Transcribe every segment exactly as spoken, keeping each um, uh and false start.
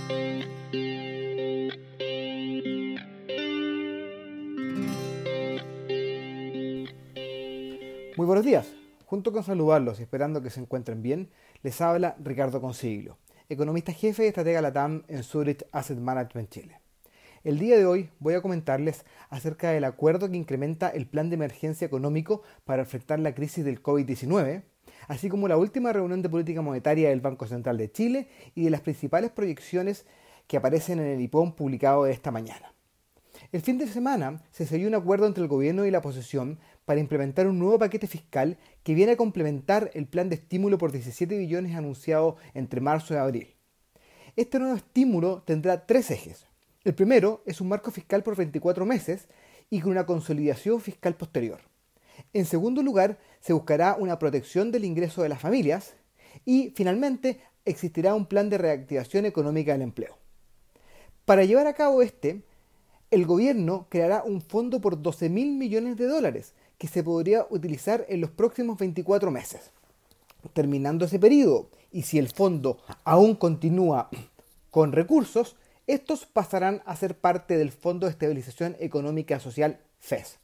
Muy buenos días. Junto con saludarlos y esperando que se encuentren bien, les habla Ricardo Consiglio, economista jefe y estratega LATAM en Zurich Asset Management Chile. El día de hoy voy a comentarles acerca del acuerdo que incrementa el plan de emergencia económico para enfrentar la crisis del COVID diecinueve, así como la última reunión de política monetaria del Banco Central de Chile y de las principales proyecciones que aparecen en el I P O M publicado de esta mañana. El fin de semana se selló un acuerdo entre el gobierno y la oposición para implementar un nuevo paquete fiscal que viene a complementar el plan de estímulo por diecisiete billones anunciado entre marzo y abril. Este nuevo estímulo tendrá tres ejes. El primero es un marco fiscal por veinticuatro meses y con una consolidación fiscal posterior. En segundo lugar, se buscará una protección del ingreso de las familias y, finalmente, existirá un plan de reactivación económica del empleo. Para llevar a cabo este, el gobierno creará un fondo por doce mil millones de dólares que se podría utilizar en los próximos veinticuatro meses. Terminando ese periodo, y si el fondo aún continúa con recursos, estos pasarán a ser parte del Fondo de Estabilización Económica Social F E S.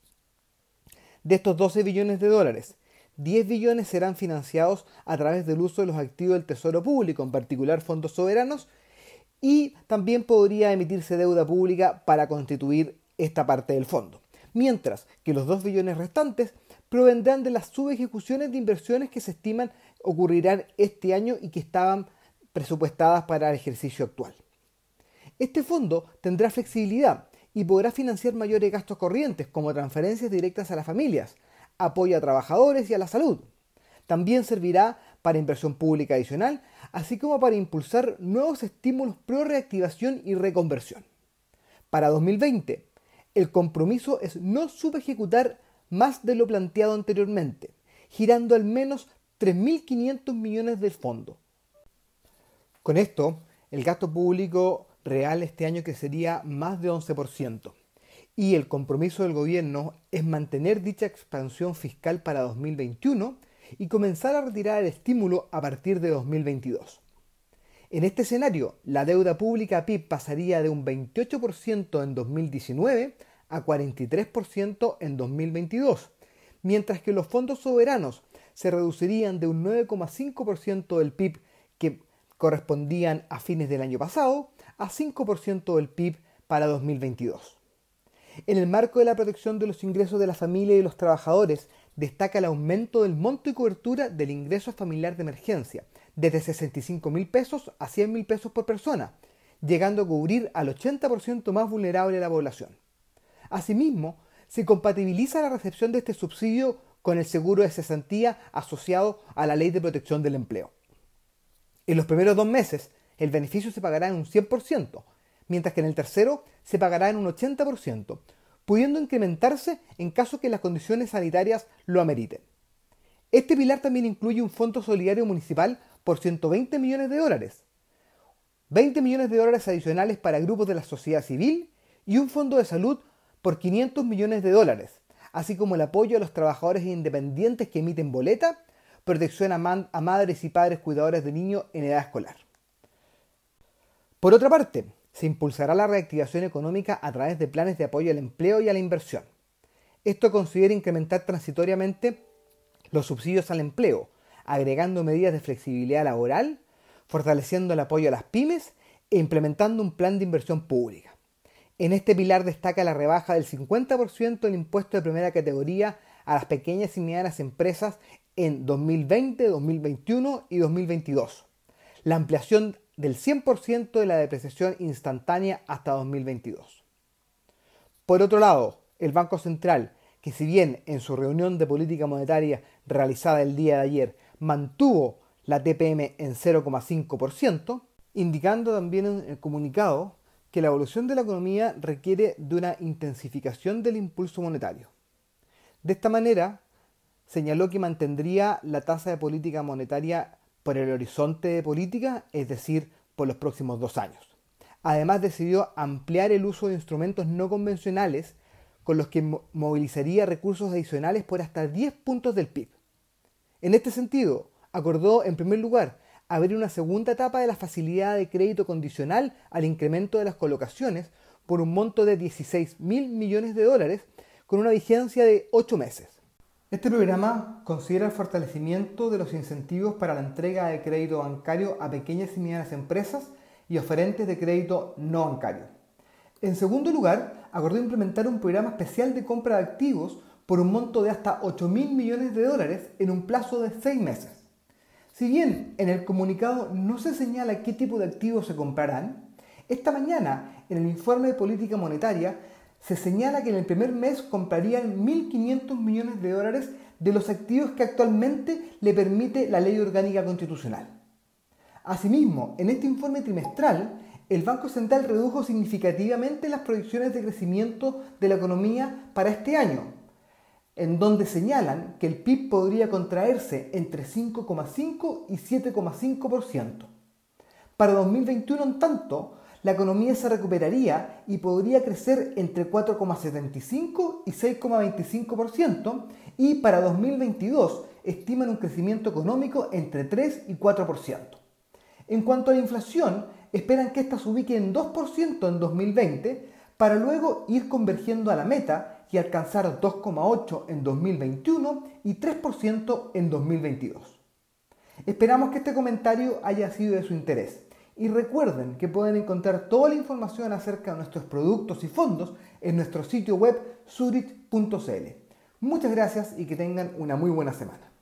De estos doce billones de dólares, diez billones serán financiados a través del uso de los activos del Tesoro Público, en particular fondos soberanos, y también podría emitirse deuda pública para constituir esta parte del fondo. Mientras que los dos billones restantes provendrán de las subejecuciones de inversiones que se estiman ocurrirán este año y que estaban presupuestadas para el ejercicio actual. Este fondo tendrá flexibilidad y podrá financiar mayores gastos corrientes como transferencias directas a las familias, apoyo a trabajadores y a la salud. También servirá para inversión pública adicional, así como para impulsar nuevos estímulos pro reactivación y reconversión. Para dos mil veinte, el compromiso es no subejecutar más de lo planteado anteriormente, girando al menos tres mil quinientos millones del fondo. Con esto, el gasto público real este año crecería más de once por ciento, y el compromiso del gobierno es mantener dicha expansión fiscal para dos mil veintiuno y comenzar a retirar el estímulo a partir de dos mil veintidós. En este escenario, la deuda pública a P I B pasaría de un veintiocho por ciento en dos mil diecinueve a cuarenta y tres por ciento en dos mil veintidós, mientras que los fondos soberanos se reducirían de un nueve coma cinco por ciento del P I B que correspondían a fines del año pasado a cinco por ciento del P I B para dos mil veintidós. En el marco de la protección de los ingresos de la familia y de los trabajadores, destaca el aumento del monto y cobertura del ingreso familiar de emergencia, desde sesenta y cinco mil pesos a cien mil pesos por persona, llegando a cubrir al ochenta por ciento más vulnerable de la población. Asimismo, se compatibiliza la recepción de este subsidio con el seguro de cesantía asociado a la Ley de Protección del Empleo. En los primeros dos meses, el beneficio se pagará en un cien por ciento, mientras que en el tercero se pagará en un ochenta por ciento, pudiendo incrementarse en caso que las condiciones sanitarias lo ameriten. Este pilar también incluye un fondo solidario municipal por ciento veinte millones de dólares, veinte millones de dólares adicionales para grupos de la sociedad civil y un fondo de salud por quinientos millones de dólares, así como el apoyo a los trabajadores independientes que emiten boleta, protección a, man- a madres y padres cuidadores de niños en edad escolar. Por otra parte, se impulsará la reactivación económica a través de planes de apoyo al empleo y a la inversión. Esto considera incrementar transitoriamente los subsidios al empleo, agregando medidas de flexibilidad laboral, fortaleciendo el apoyo a las pymes e implementando un plan de inversión pública. En este pilar destaca la rebaja del cincuenta por ciento del impuesto de primera categoría a las pequeñas y medianas empresas en dos mil veinte, dos mil veintiuno y dos mil veintidós. La ampliación del cien por ciento de la depreciación instantánea hasta dos mil veintidós. Por otro lado, el Banco Central, que si bien en su reunión de política monetaria realizada el día de ayer mantuvo la T P M en cero coma cinco por ciento, indicando también en el comunicado que la evolución de la economía requiere de una intensificación del impulso monetario. De esta manera, señaló que mantendría la tasa de política monetaria por el horizonte de política, es decir, por los próximos dos años. Además, decidió ampliar el uso de instrumentos no convencionales con los que mo- movilizaría recursos adicionales por hasta diez puntos del P I B. En este sentido, acordó, en primer lugar, abrir una segunda etapa de la facilidad de crédito condicional al incremento de las colocaciones por un monto de dieciséis mil millones de dólares con una vigencia de ocho meses. Este programa considera el fortalecimiento de los incentivos para la entrega de crédito bancario a pequeñas y medianas empresas y oferentes de crédito no bancario. En segundo lugar, acordó implementar un programa especial de compra de activos por un monto de hasta ocho mil millones de dólares en un plazo de seis meses. Si bien en el comunicado no se señala qué tipo de activos se comprarán, esta mañana en el informe de política monetaria se señala que en el primer mes comprarían mil quinientos millones de dólares de los activos que actualmente le permite la Ley Orgánica Constitucional. Asimismo, en este informe trimestral, el Banco Central redujo significativamente las proyecciones de crecimiento de la economía para este año, en donde señalan que el P I B podría contraerse entre cinco coma cinco y siete coma cinco por ciento. Para dos mil veintiuno, en tanto, la economía se recuperaría y podría crecer entre cuatro coma setenta y cinco y seis coma veinticinco por ciento, y para dos mil veintidós estiman un crecimiento económico entre tres y cuatro por ciento. En cuanto a la inflación, esperan que ésta se ubique en dos por ciento en dos mil veinte, para luego ir convergiendo a la meta y alcanzar dos coma ocho por ciento en dos mil veintiuno y tres por ciento en dos mil veintidós. Esperamos que este comentario haya sido de su interés. Y recuerden que pueden encontrar toda la información acerca de nuestros productos y fondos en nuestro sitio web zurich punto c l. Muchas gracias y que tengan una muy buena semana.